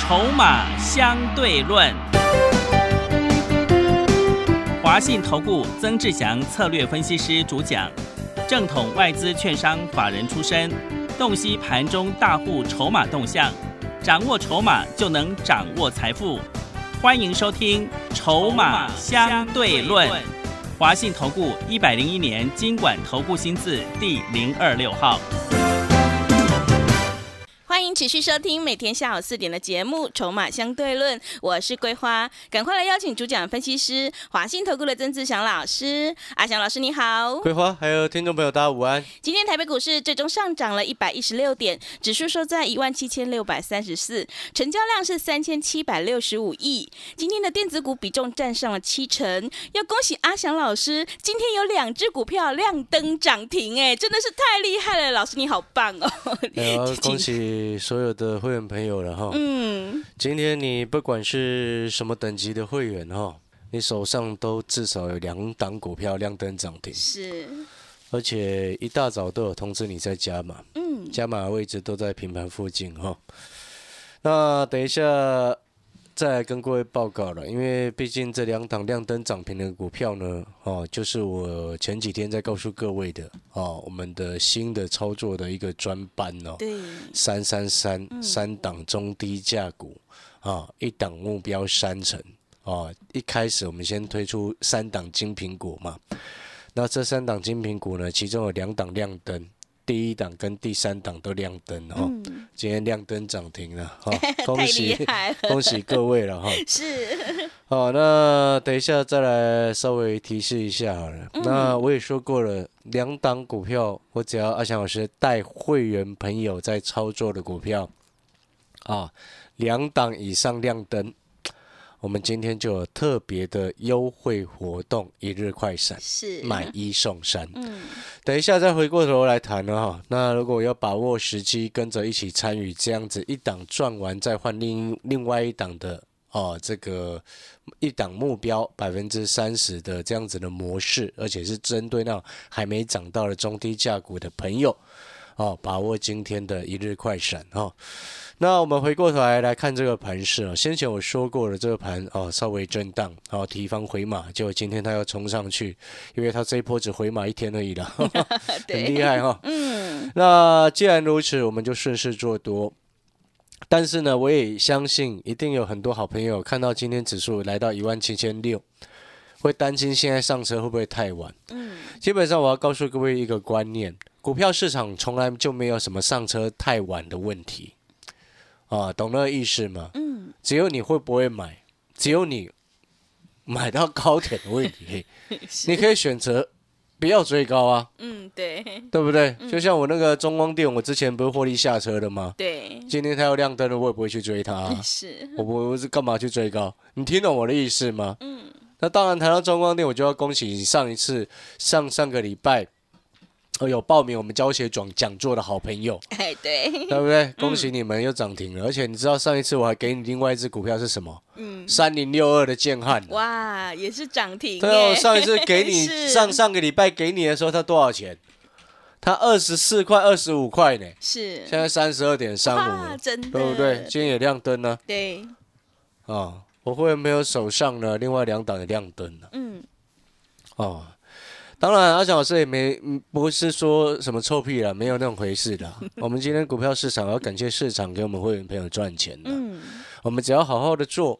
筹码相对论。华信投顾曾志祥策略分析师主讲，正统外资券商法人出身，洞悉盘中大户筹码动向，掌握筹码就能掌握财富。欢迎收听筹码相对论。华信投顾101年金管投顾新字第026号。 欢迎持续收听每天下午4点的节目《筹码相对论》，我是桂花，赶快来邀请主讲分析师华信投顾的曾志祥老师。阿祥老师你好。 桂花还有听众朋友大家午安。 今天台北股市最终上涨了116点，指数收在17634，成交量是3765亿。今天的电子股比重占上了70%，要恭喜阿祥老师，今天有2只股票亮灯涨停，真的是太厉害了，老师你好棒哦！ 恭喜所有的会员朋友了哈。今天你不管是什么等级的会员哈，你手上都至少有2档股票亮灯涨停， 是， 而且一大早都有通知你在加码，加码的位置都在平盘附近哈。那等一下再来跟各位报告了，因为毕竟这2档亮灯涨停的股票呢，就是我前几天在告诉各位的我们的新的操作的一个专班哦， 对 3档中低价股一档目标3成一开始我们先推出3档精品股嘛，那这3档精品股呢，其中有2档亮灯。第1档跟第3档都亮灯今天亮灯涨停了恭喜各位了是好，那等一下再来稍微提示一下好了。那我也说过了，2档股票，我只要阿翔老师带会员朋友在操作的股票2档以上亮灯，我们今天就有特别的优惠活动，1日快闪， 是买1送3。等一下再回过头来谈了那如果要把握时机，跟着一起参与这样子1档赚完再换另外1档的这个1档目标30%的这样子的模式，而且是针对那种还没涨到的中低价股的朋友把握今天的1日快闪那我们回过头来看这个盘势先前我说过了，这个盘稍微震荡提防回码，结果今天它要冲上去，因为它这一波只回码1天而已啦很厉害那既然如此，我们就顺势做多。但是呢，我也相信一定有很多好朋友看到今天指数来到17600，会担心现在上车会不会太晚。基本上我要告诉各位一个观念，股票市场从来就没有什么上车太晚的问题懂那个意思吗？只有你会不会买，只有你买到高点的问题你可以选择不要追高对不对？就像我那个中光电，我之前不是获利下车的吗？ 对， 今天它要亮灯了，我也不会去追它是， 我是干嘛去追高？你听懂我的意思吗？那当然谈到中光电，我就要恭喜你上上个礼拜有报名我们教学讲座的好朋友对不对？恭喜你们又涨停了，而且你知道上一次我还给你另外一只股票是什么？3062的建汉， 哇，也是涨停对，我上一次给你上个礼拜给你的时候，它多少钱？它24块25块呢， 是现在32.35， 真的， 对不对？今天也亮灯了， 对我会没有手上呢，另外2档也亮灯了，当然，阿翔老师也不是说什么臭屁啦，没有那种回事的。我们今天股票市场要感谢市场给我们会员朋友赚钱的。我们只要好好的做，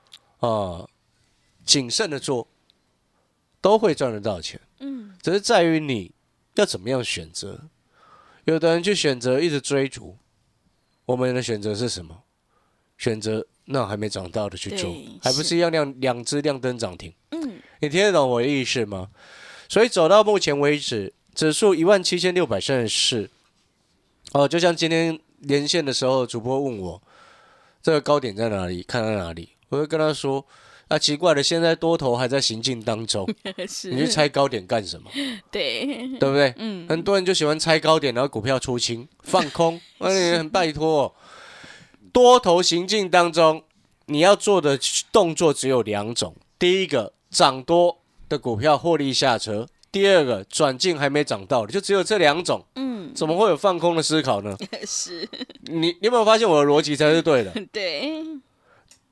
谨慎的做，都会赚得到钱。只是在于你要怎么样选择。有的人去选择一直追逐，我们的选择是什么？选择那还没涨到的去做，还不是一样2只亮灯涨停？你听得懂我的意思吗？所以走到目前为止，指数17634，就像今天连线的时候，主播问我这个高点在哪里，看在哪里，我会跟他说奇怪了，现在多头还在行进当中，你去猜高点干什么？对不对？很多人就喜欢猜高点，然后股票出清放空，很拜托多头行进当中，你要做的动作只有2种，第一个涨多的股票获利下车，第二个转进还没涨到的，就只有这2种。怎么会有放空的思考呢？ 是， 你有没有发现我的逻辑才是对的？ 对，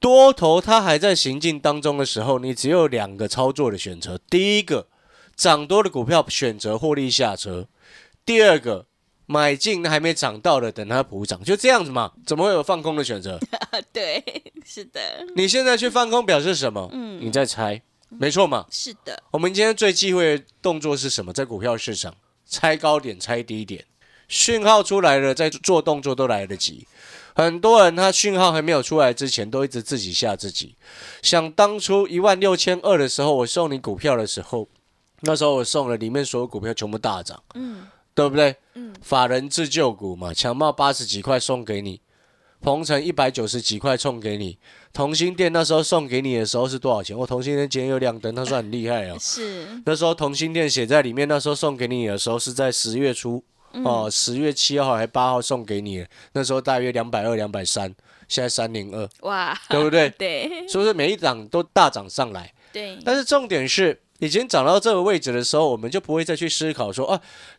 多头它还在行进当中的时候，你只有2个操作的选择。第一个，涨多的股票选择获利下车；第二个，买进还没涨到的，等它补涨，就这样子嘛。怎么会有放空的选择？ 对，是的。 你现在去放空表示什么？你在猜，没错嘛。 是的。 我们今天最忌讳的动作是什么？在股票市场，猜高点，猜低点。讯号出来了，再做动作都来得及。很多人他讯号还没有出来之前，都一直自己吓自己。想当初16200的时候，我送你股票的时候，那时候我送了里面所有股票全部大涨，对不对？法人自救股嘛，强茂80几块送给你，鹏程190几块送给你，同心店那时候送给你的时候是多少钱？同心店今天又亮灯，它算很厉害哦。 是那时候同心店写在里面，那时候送给你的时候是在10月初。10月7号还8号送给你，那时候大约220、230，现在302， 哇， 对不对？ 对， 是不是每一档都大涨上来？ 对。 但是重点是，已经涨到这个位置的时候，我们就不会再去思考说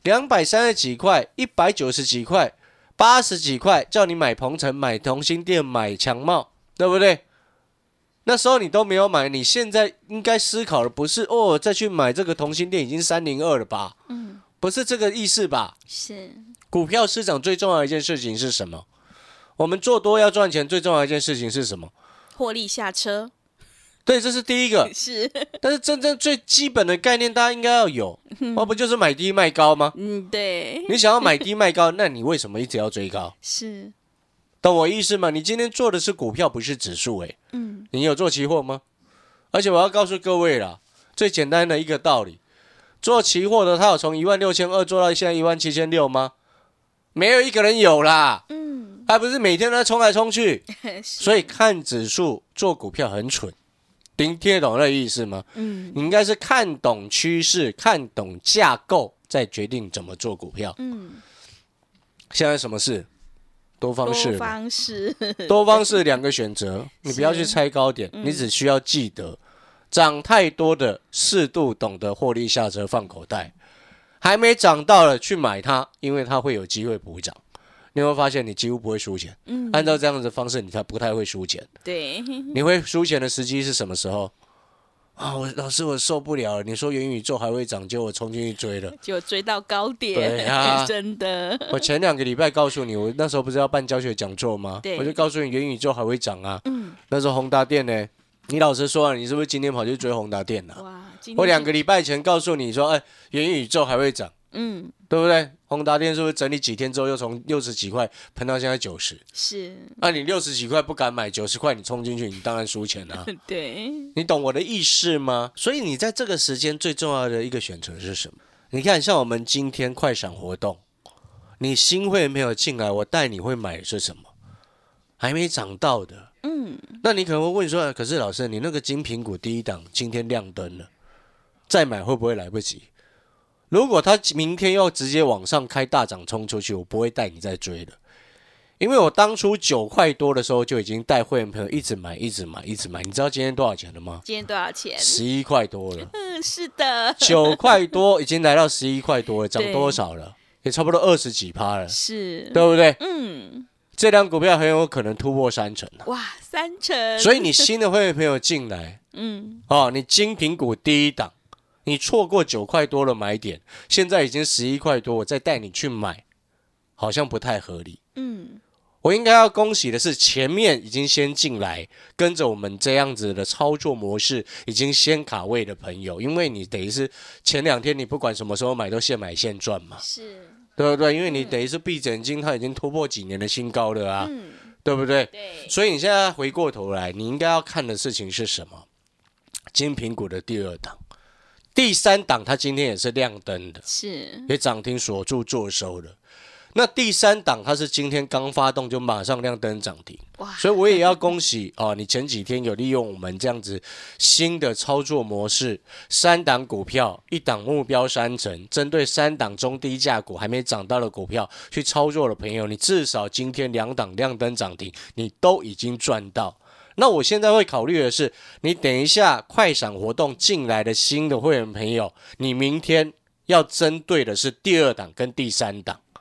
230几块、190几块、80几块，叫你买鹏程、买同心店、买强茂，对不对？那时候你都没有买，你现在应该思考的不是再去买这个同心店已经302了吧？不是这个意思吧？ 是。 股票市场最重要的一件事情是什么？我们做多要赚钱，最重要的一件事情是什么？ 获利下车。 对，这是第一个。 是。 但是真正最基本的概念，大家应该要有，不就是买低卖高吗？ 对。 你想要买低卖高，那你为什么一直要追高？ 是。 懂我意思吗？你今天做的是股票，不是指数你有做期货吗？而且我要告诉各位啦，最简单的一个道理。做期货的，他有从16200做到现在17600吗？没有一个人有啦。还不是每天在冲来冲去。所以看指数做股票很蠢。听得懂那意思吗？你应该是看懂趋势，看懂架构，再决定怎么做股票。现在什么事？多方式。多方式2个选择，你不要去猜高点，你只需要记得。涨太多的适度懂得获利下车放口袋，还没涨到了去买它，因为它会有机会补涨。你会发现你几乎不会输钱。按照这样的方式，你才不太会输钱。 对， 你会输钱的时机是什么时候？老师我受不了了，你说元宇宙还会涨，结果我冲进去追了， 就追到高点。 对啊， 真的。 我前2个礼拜告诉你，我那时候不是要办教学讲座吗？我就告诉你元宇宙还会涨啊。那时候宏达电呢？你老实说你是不是今天跑去追宏达电我2个礼拜前告诉你说，元宇宙还会涨，对不对？宏达电是不是整理几天之后又从60几块喷到现在90？ 是。 你60几块不敢买，90块你冲进去，你当然输钱啊。 对。 你懂我的意思吗？所以你在这个时间最重要的一个选择是什么？你看，像我们今天快闪活动，你新会没有进来，我带你会买的是什么？还没涨到的。那你可能会问说，可是老师，你那个精品股第一档今天亮灯了，再买会不会来不及？如果他明天要直接往上开大涨冲出去，我不会带你再追了，因为我当初9块多的时候就已经带会员朋友一直买。你知道今天多少钱了吗？ 今天多少钱 ？11块多了。 是的。 9块多已经来到11块多了，涨多少了？也差不多20几%了， 是， 对不对？这张股票很有可能突破3成哇，3成！ 所以你新的会员朋友进来，你精品股第一档，你错过9块多的买点，现在已经11块多，我再带你去买，好像不太合理。我应该要恭喜的是，前面已经先进来，跟着我们这样子的操作模式，已经先卡位的朋友，因为你等于是前2天你不管什么时候买都现买现赚嘛。 是。 对不对？因为你等于是闭着眼睛，它已经突破几年的新高了啊，对不对？ 对。 所以你现在回过头来，你应该要看的事情是什么？精品股的第2档、第3档，它今天也是亮灯的， 是也涨停锁住做收了。那第3档它是今天刚发动就马上亮灯涨停，所以我也要恭喜你前几天有利用我们这样子新的操作模式，3档股票1档目标3成，针对3档中低价股还没涨到的股票去操作的朋友，你至少今天2档亮灯涨停，你都已经赚到。那我现在会考虑的是，你等一下快闪活动进来的新的会员朋友，你明天要针对的是第2档跟第3档。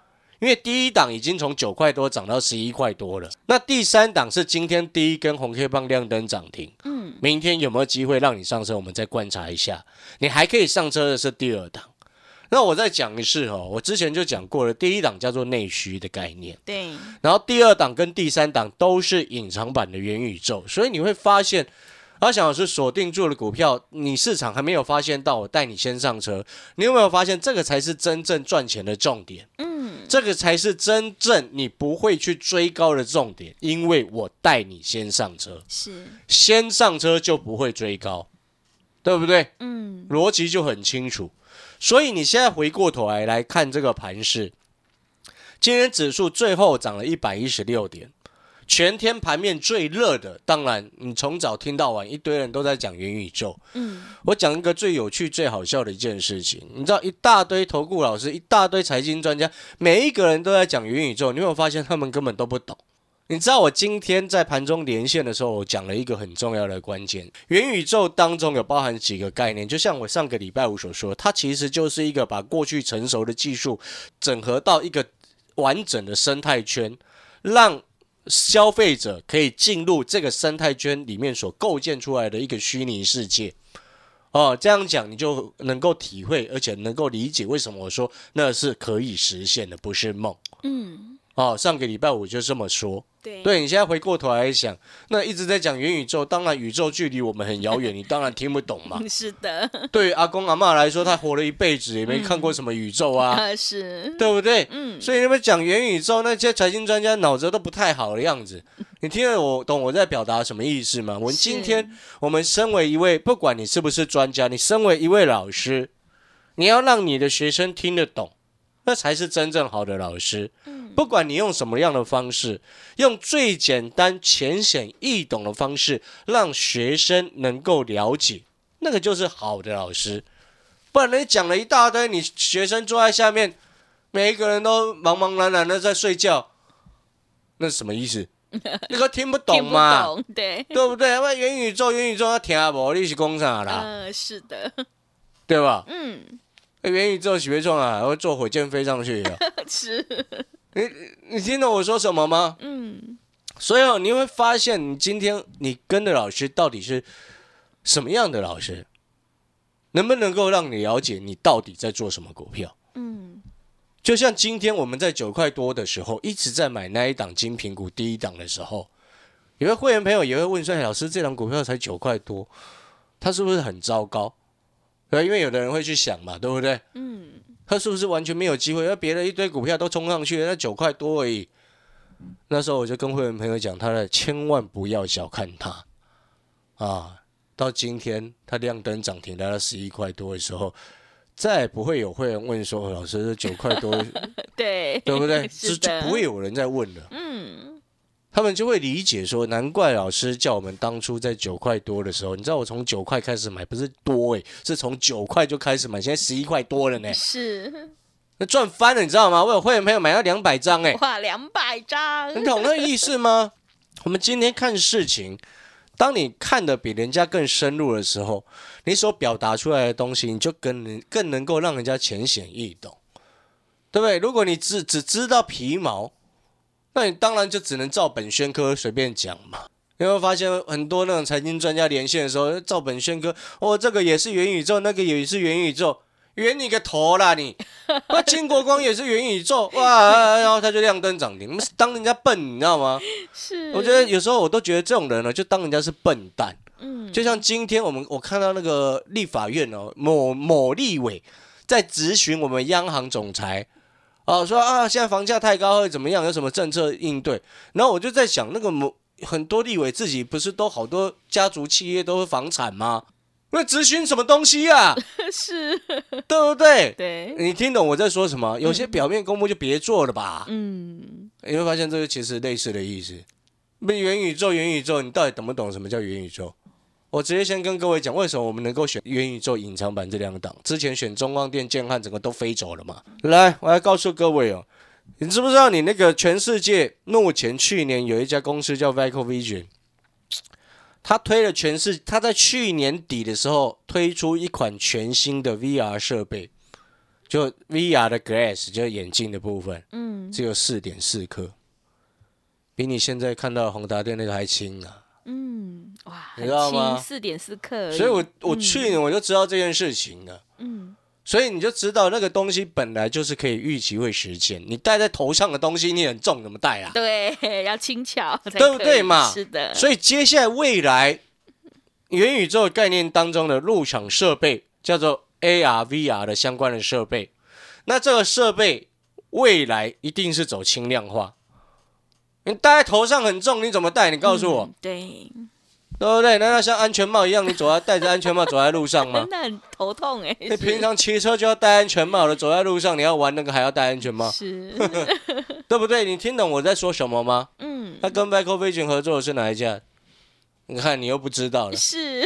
因为第一档已经从9块多涨到11块多了。那第3档是今天第一根红 K 棒亮灯涨停，明天有没有机会让你上车？我们再观察一下。你还可以上车的是第2档。那我再讲一次我之前就讲过了，第一档叫做内需的概念， 对， 然后第2档跟第3档都是隐藏版的元宇宙，所以你会发现，阿翔老师锁定住的股票，你市场还没有发现到，我带你先上车，你有没有发现这个才是真正赚钱的重点？这个才是真正你不会去追高的重点，因为我带你先上车， 是先上车就不会追高，对不对？逻辑就很清楚。所以你现在回过头来看这个盘势，今天指数最后涨了116点，全天盘面最热的，当然你从早听到晚，一堆人都在讲元宇宙。我讲一个最有趣、最好笑的一件事情，你知道一大堆投顾老师、一大堆财经专家，每一个人都在讲元宇宙，你有没有发现他们根本都不懂？你知道我今天在盘中连线的时候，我讲了一个很重要的关键，元宇宙当中有包含几个概念，就像我上个礼拜五所说，它其实就是一个把过去成熟的技术整合到一个完整的生态圈，让消费者可以进入这个生态圈里面所构建出来的一个虚拟世界。这样讲你就能够体会，而且能够理解为什么我说那是可以实现的，不是梦。上个礼拜五就这么说。对，你现在回过头来想，那一直在讲元宇宙，当然宇宙距离我们很遥远，你当然听不懂嘛。 是的。 对于阿公阿嬷来说，他活了一辈子也没看过什么宇宙啊，是，对不对？所以你们讲元宇宙，那些财经专家脑子都不太好的样子。你听得我懂我在表达什么意思吗？今天我们身为一位，不管你是不是专家，你身为一位老师，你要让你的学生听得懂，那才是真正好的老师。不管你用什么样的方式，用最简单、浅显易懂的方式，让学生能够了解，那个就是好的老师。不然你讲了一大堆，你学生坐在下面，每一个人都茫茫然然的在睡觉，那是什么意思？那个听不懂嘛？ 听不懂，对不对？那元宇宙他听不，你是讲啥啦？ 是的， 对吧？元宇宙是别创啊，会坐火箭飞上去的。 是。 你听懂我说什么吗？所以你会发现，你今天你跟的老师到底是什么样的老师，能不能够让你了解你到底在做什么股票？就像今天我们在9块多的时候，一直在买那一档精品股第一档的时候，有位会员朋友也会问说：“老师，这档股票才9块多，它是不是很糟糕？”对，因为有的人会去想嘛，对不对？他是不是完全没有机会？因为别的一堆股票都冲上去了，那9块多而已。那时候我就跟会员朋友讲，千万不要小看它到今天它亮灯涨停来到11块多的时候，再也不会有会员问说：“老师，这9块多，对不对？”就不会有人在问了。他们就会理解说，难怪老师叫我们当初在9块多的时候，你知道我从9块开始买，不是多是从9块就开始买，现在11块多了呢。是，那赚翻了，你知道吗？我有会员朋友买到200张哇，200张， 你懂那个意思吗？我们今天看事情，当你看得比人家更深入的时候，你所表达出来的东西，你就更能够让人家浅显易懂，对不对？如果你只知道皮毛，那你当然就只能照本宣科随便讲嘛。你会发现很多那种财经专家连线的时候，照本宣科，这个也是元宇宙，那个也是元宇宙，元你个头啦你！金国光也是元宇宙，哇，然后他就亮灯涨停，当人家笨，你知道吗？是，我觉得有时候我都觉得这种人呢，就当人家是笨蛋。就像今天我看到那个立法院某立委在质询我们央行总裁。说现在房价太高会怎么样？有什么政策应对？然后我就在想，那个很多立委自己不是都好多家族企业都是房产吗？那质询什么东西啊？是，对不对？对，你听懂我在说什么？有些表面功夫就别做了吧。你会发现这个其实类似的意思。元宇宙，你到底懂不懂什么叫元宇宙？我直接先跟各位讲，为什么我们能够选元宇宙隐藏版这2档？之前选中光电、建汉，整个都飞走了嘛。来，我来告诉各位你知不知道你那个全世界目前去年有一家公司叫 Vico Vision， 他在去年底的时候推出一款全新的 VR 设备， 就 VR 的 glass 就是眼镜的部分，只有4.4克，比你现在看到的宏达电那个还轻啊。 哇， 你知道吗 ？4.4克而已。 所以我去年我就知道这件事情了。所以你就知道那个东西本来就是可以预期会实现。你戴在头上的东西，你很重，怎么戴啊？ 对，要轻巧才可以， 对不对嘛？ 是的。 所以接下来未来元宇宙概念当中的入场设备叫做 AR、VR 的相关的设备。那这个设备未来一定是走轻量化。你戴在头上很重，你怎么戴？你告诉我。 对。 对不对？难道像安全帽一样，你戴着安全帽走在路上吗？ 真的很头痛哎！ 你平常骑车就要戴安全帽了，走在路上你要玩那个还要戴安全帽， 是， 对不对？你听懂我在说什么吗？他跟 Michael Vision 合作的是哪一家？你看你又不知道了。 是。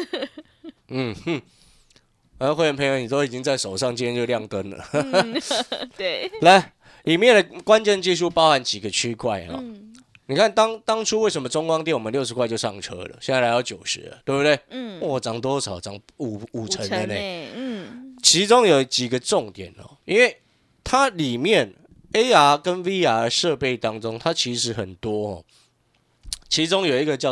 而会员朋友，你都已经在手上，今天就亮灯了。 对。 来，里面的关键技术包含几个区块啊？你看当初为什么中光电我们60块就上车了，现在来到90了，对不对？涨多少？涨五成了呢。其中有几个重点哦，因为它里面 AR 跟 VR 设备当中，它其实很多哦。其中有一个叫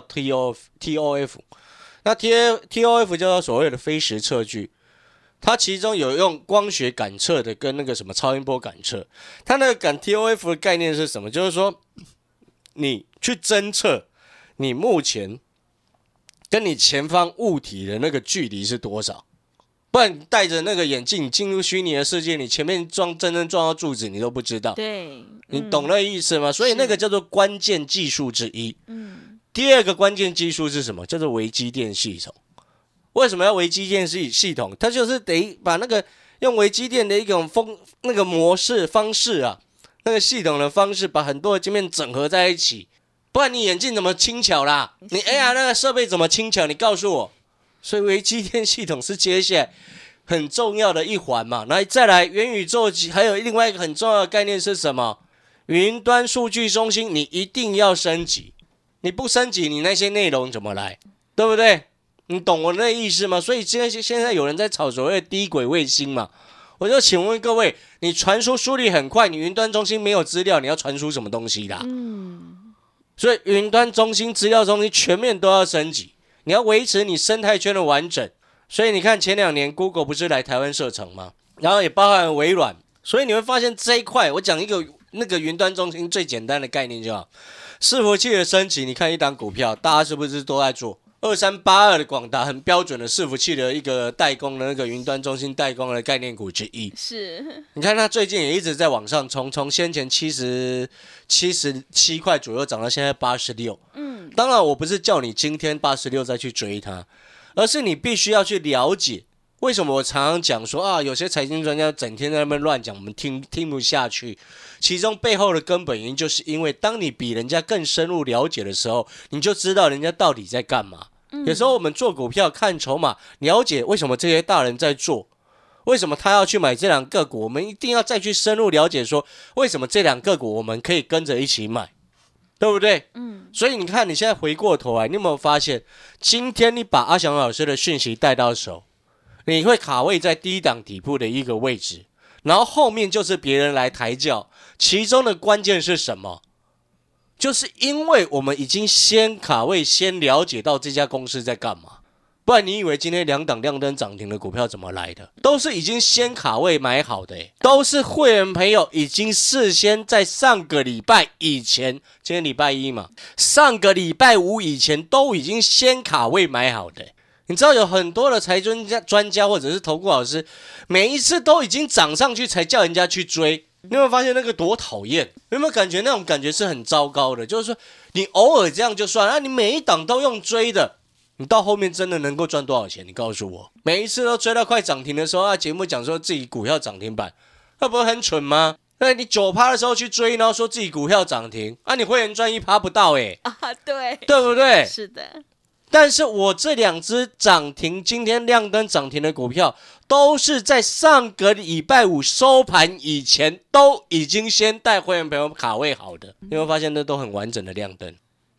TOF， 那 TOF 叫做所谓的非时测距。它其中有用光学感测的跟那个什么超音波感测。它那个TOF 的概念是什么？就是说你去侦测你目前跟你前方物体的那个距离是多少，不然你戴着那个眼镜进入虚拟的世界，你前面真正撞到柱子你都不知道。 对， 你懂那意思吗？所以那个叫做关键技术之一。第二个关键技术是什么？叫做微机电系统。为什么要微机电系统？它就是得把那个用微机电的一种那个模式方式啊。那个系统的方式把很多的晶片整合在一起，不然你眼镜怎么轻巧啦？你 AR 那个设备怎么轻巧？你告诉我。所以微机电系统是接下来很重要的一环嘛。那再来元宇宙，还有另外一个很重要的概念是什么？云端数据中心你一定要升级，你不升级，你那些内容怎么来？对不对？你懂我那意思吗？所以现在有人在炒所谓的低轨卫星嘛。我就请问各位，你传输速率很快，你云端中心没有资料，你要传输什么东西啦？所以云端中心、资料中心全面都要升级，你要维持你生态圈的完整。所以你看前2年 Google 不是来台湾设厂吗？然后也包含微软，所以你会发现这一块，我讲一个那个云端中心最简单的概念就好，伺服器的升级，你看一档股票，大家是不是都在做？2382的广达很标准的伺服器的一个代工的那个云端中心代工的概念股之一。 是， 你看它最近也一直在往上冲，从先前77块左右涨到现在86。当然我不是叫你今天86再去追它，而是你必须要去了解为什么我常常讲说啊，有些财经专家整天在那边乱讲，我们听不下去。其中背后的根本原因就是因为当你比人家更深入了解的时候，你就知道人家到底在干嘛。有时候我们做股票看筹码，了解为什么这些大人在做，为什么他要去买这两个股，我们一定要再去深入了解说为什么这两个股我们可以跟着一起买，对不对？所以你看你现在回过头来，你有没有发现今天你把阿翔老师的讯息带到手，你会卡位在低档底部的一个位置，然后后面就是别人来抬轿，其中的关键是什么？就是因为我们已经先卡位，先了解到这家公司在干嘛，不然你以为今天2档亮灯涨停的股票怎么来的？都是已经先卡位买好的，都是会员朋友已经事先在上个礼拜以前，今天礼拜1嘛，上个礼拜5以前都已经先卡位买好的。你知道有很多的财经专家或者是投顾老师，每一次都已经涨上去才叫人家去追。你有没有发现那个多讨厌？有没有感觉那种感觉是很糟糕的？就是说你偶尔这样就算，你每一档都用追的，你到后面真的能够赚多少钱？你告诉我，每一次都追到快涨停的时候，节目讲说自己股票涨停板，那不是很蠢吗？那你9%的时候去追，然后说自己股票涨停，你会员赚1%不到对不对？ 是的。 但是我这2只涨停，今天亮灯涨停的股票，都是在上个礼拜5收盘以前都已经先带会员朋友卡位好的。你会发现那都很完整的亮灯，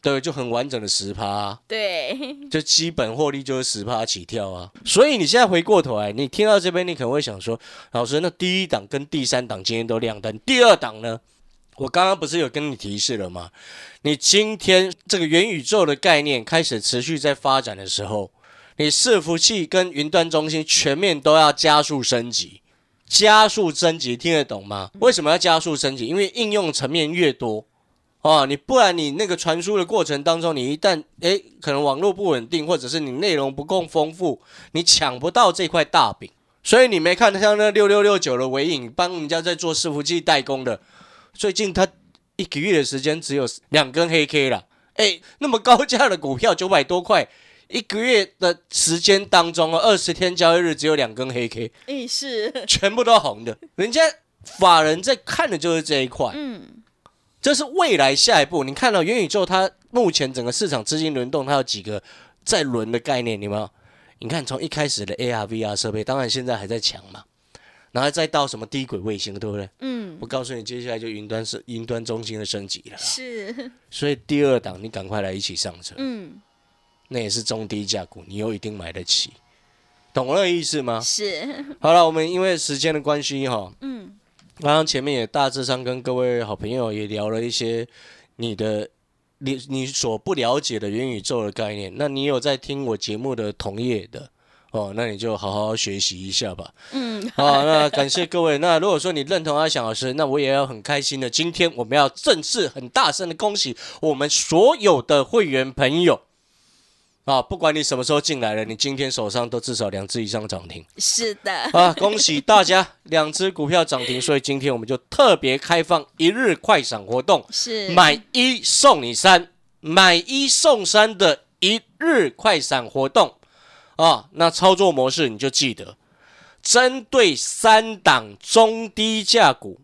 对，就很完整的10%啊， 对， 就基本获利就是10%起跳啊。所以你现在回过头来，你听到这边，你可能会想说，老师，那第一档跟第三档今天都亮灯，第二档呢？我刚刚不是有跟你提示了吗？你今天这个元宇宙的概念开始持续在发展的时候，你伺服器跟云端中心全面都要加速升级。加速升级听得懂吗？为什么要加速升级？因为应用层面越多你不然你那个传输的过程当中，你一旦可能网络不稳定，或者是你内容不够丰富，你抢不到这块大饼。所以你没看像那6669的微影帮人家在做伺服器代工的，最近他1个月的时间只有2根黑 K 啦。那么高价的股票900多块，1个月的时间当中20天交易日只有2根黑 K， 是全部都红的。人家法人在看的就是这一块。这是未来下一步，你看到元宇宙，它目前整个市场资金轮动，它有几个在轮的概念，有没有？你看从一开始的 AR、VR 设备，当然现在还在抢嘛，然后再到什么低轨卫星，对不对？我告诉你，接下来就云端中心的升级了。 是， 所以第二档你赶快来一起上车。那也是中低价股，你又一定买得起，懂了意思吗？ 是。 好了，我们因为时间的关系刚刚前面也大致上跟各位好朋友也聊了一些你所不了解的元宇宙的概念。那你有在听我节目的同业的那你就好好学习一下吧。好，那感谢各位。那如果说你认同阿翔老师，那我也要很开心的。今天我们要正式很大声的恭喜我们所有的会员朋友。不管你什么时候进来了，你今天手上都至少2只以上涨停。 是的。 恭喜大家2只股票涨停，所以今天我们就特别开放1日快闪活动， 是买1送你3，买1送3的1日快闪活动那操作模式你就记得，针对3档中低价股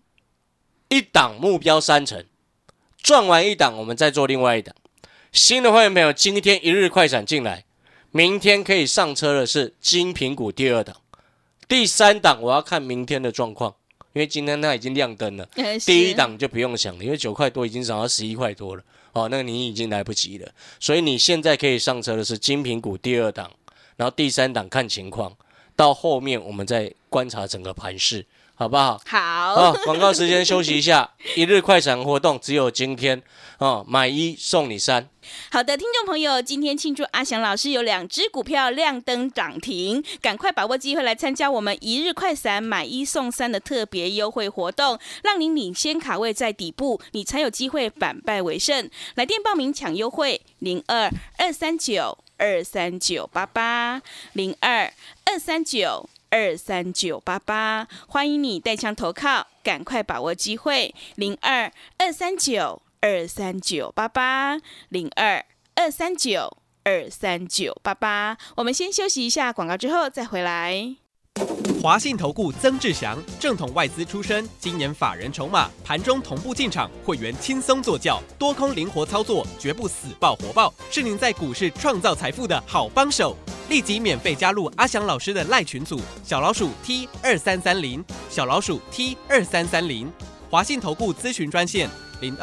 ，1档目标3成，赚完1档我们再做另外1档。新的会员朋友，今天1日快闪进来，明天可以上车的是精品股第2档，第3档我要看明天的状况，因为今天它已经亮灯了。第1档就不用想了，因为9块多已经涨到11块多了，那你已经来不及了。所以你现在可以上车的是精品股第2档，然后第3档看情况，到后面我们再观察整个盘势。好不好？ 好。 广告时间休息一下。1日快闪活动只有今天买1送你3。 好的，听众朋友，今天庆祝阿翔老师有2只股票亮灯涨停，赶快把握机会来参加我们1日快闪买1送3的特别优惠活动，让您领先卡位在底部，你才有机会反败为胜。来电报名抢优惠02-239-2398802-239-23988，欢迎你带枪投靠，赶快把握机会02-239-23802-239-23988。我们先休息一下广告，之后再回来。 华信投顾曾志祥，正统外资出身，今年法人筹码，盘中同步进场，会员轻松做教，多空灵活操作，绝不死抱活抱，是您在股市创造财富的好帮手。立即免费加入阿翔老师的赖群组，小老鼠 T2330，小老鼠 T2330，华信投顾咨询专线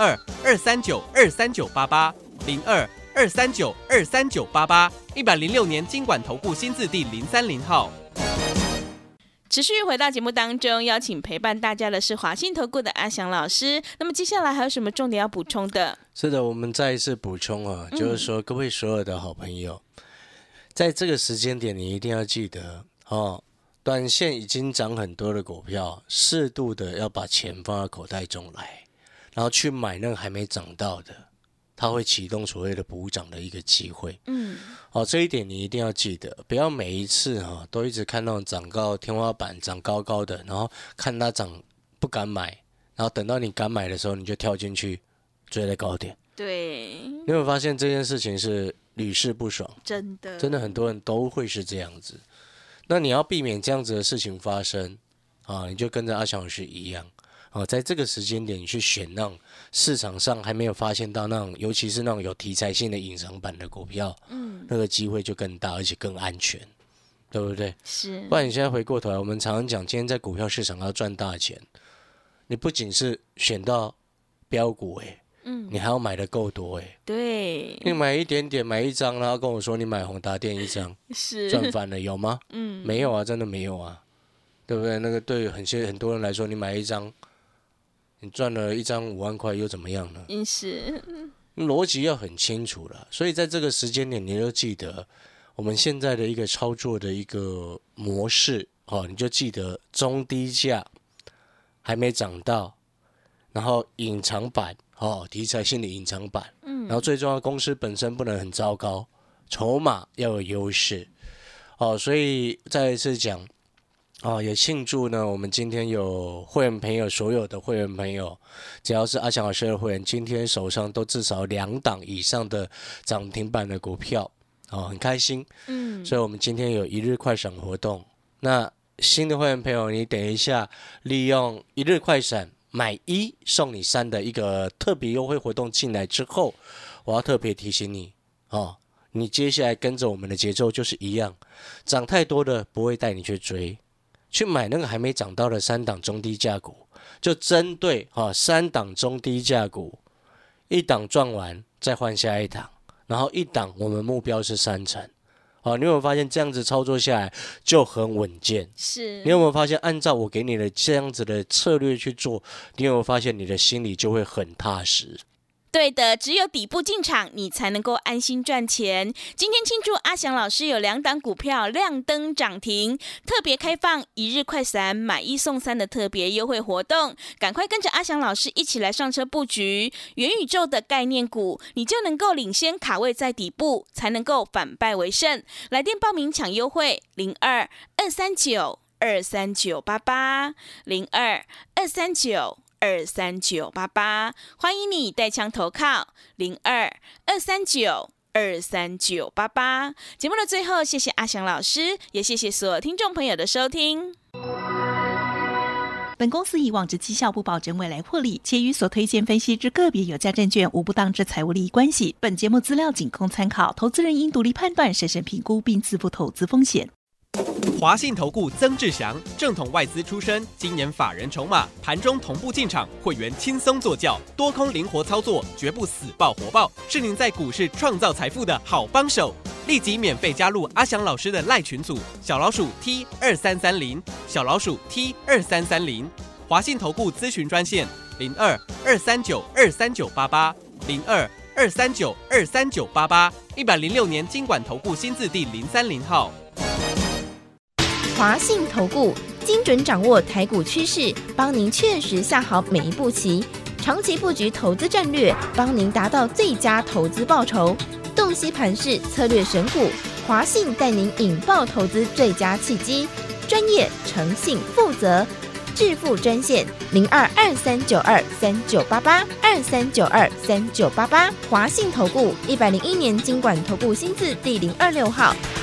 02-239-23988，02-239-23988，106年金管投顾新字第030号。 持续回到节目当中，邀请陪伴大家的是华信投顾的阿翔老师。那么接下来还有什么重点要补充的？ 是的，我们再一次补充就是说各位所有的好朋友，在这个时间点你一定要记得短线已经涨很多的股票，适度的要把钱放到口袋中来，然后去买那个还没涨到的，它会启动所谓的补涨的一个机会。这一点你一定要记得，不要每一次都一直看那种涨高天花板涨高高的，然后看它涨不敢买，然后等到你敢买的时候你就跳进去追在高点。 对， 你有没有发现这件事情是屡试不爽？ 真的很多人都会是这样子。那你要避免这样子的事情发生你就跟着阿翔老师一样在这个时间点你去选那种市场上还没有发现到那种，尤其是那种有题材性的隐藏版的股票，那个机会就更大，而且更安全，对不对？ 是。 不然你现在回过头来，我们常常讲，今天在股票市场要赚大钱，你不仅是选到标股你还要买的够多对， 你买一点点，买一张，然后跟我说你买宏达电一张， 是赚翻了有吗？没有啊，真的没有啊，对不对？那个对很多人来说，你买一张，你赚了一张5万块又怎么样呢？ 是， 逻辑要很清楚了。所以在这个时间点，你就记得我们现在的一个操作的一个模式你就记得中低价还没涨到，然后隐藏版题材性的隐藏版，然后最重要，公司本身不能很糟糕，筹码要有优势，所以再一次讲，也庆祝呢，我们今天有会员朋友，所有的会员朋友，只要是阿翔老师的会员，今天手上都至少2档以上的涨停板的股票，很开心，所以我们今天有1日快闪活动，那新的会员朋友，你等一下利用1日快闪买1送你3的一个特别优惠活动进来之后，我要特别提醒你你接下来跟着我们的节奏就是一样，涨太多的不会带你去追，去买那个还没涨到的3档中低价股，就针对3档中低价股，1档赚完再换下1档，然后1档我们目标是3成。你有没有发现这样子操作下来就很稳健？ 是。 你有没有发现按照我给你的这样子的策略去做，你有没有发现你的心里就会很踏实？ 对的，只有底部进场，你才能够安心赚钱。今天庆祝阿翔老师有2档股票亮灯涨停，特别开放1日快闪买1送3的特别优惠活动，赶快跟着阿翔老师一起来上车布局元宇宙的概念股，你就能够领先卡位在底部，才能够反败为胜。来电报名抢优惠02-239-2398802-239-23988，欢迎你带枪投靠02-239-23988。节目的最后，谢谢阿翔老师，也谢谢所有听众朋友的收听。 本公司以往之绩效不保证未来获利，且与所推荐分析之个别有价证券无不当之财务利益关系。本节目资料仅供参考，投资人应独立判断、审慎评估并自负投资风险。 华信投顾曾志祥，正统外资出身，今年法人筹码，盘中同步进场，会员轻松做教，多空灵活操作，绝不死抱活抱，是您在股市创造财富的好帮手。立即免费加入阿翔老师的赖群组，小老鼠 T2330，小老鼠 T2330，华信投顾咨询专线02-239-23988，02-239-23988，106年金管投顾新字第030号。 华信投顾精准掌握台股趋势，帮您确实下好每一步棋，长期布局投资战略，帮您达到最佳投资报酬。洞悉盘势，策略选股，华信带您引爆投资最佳契机，专业、诚信、负责。致富专线02-2392-3988，2392-3988，华信投顾101年金管投顾新字第026号。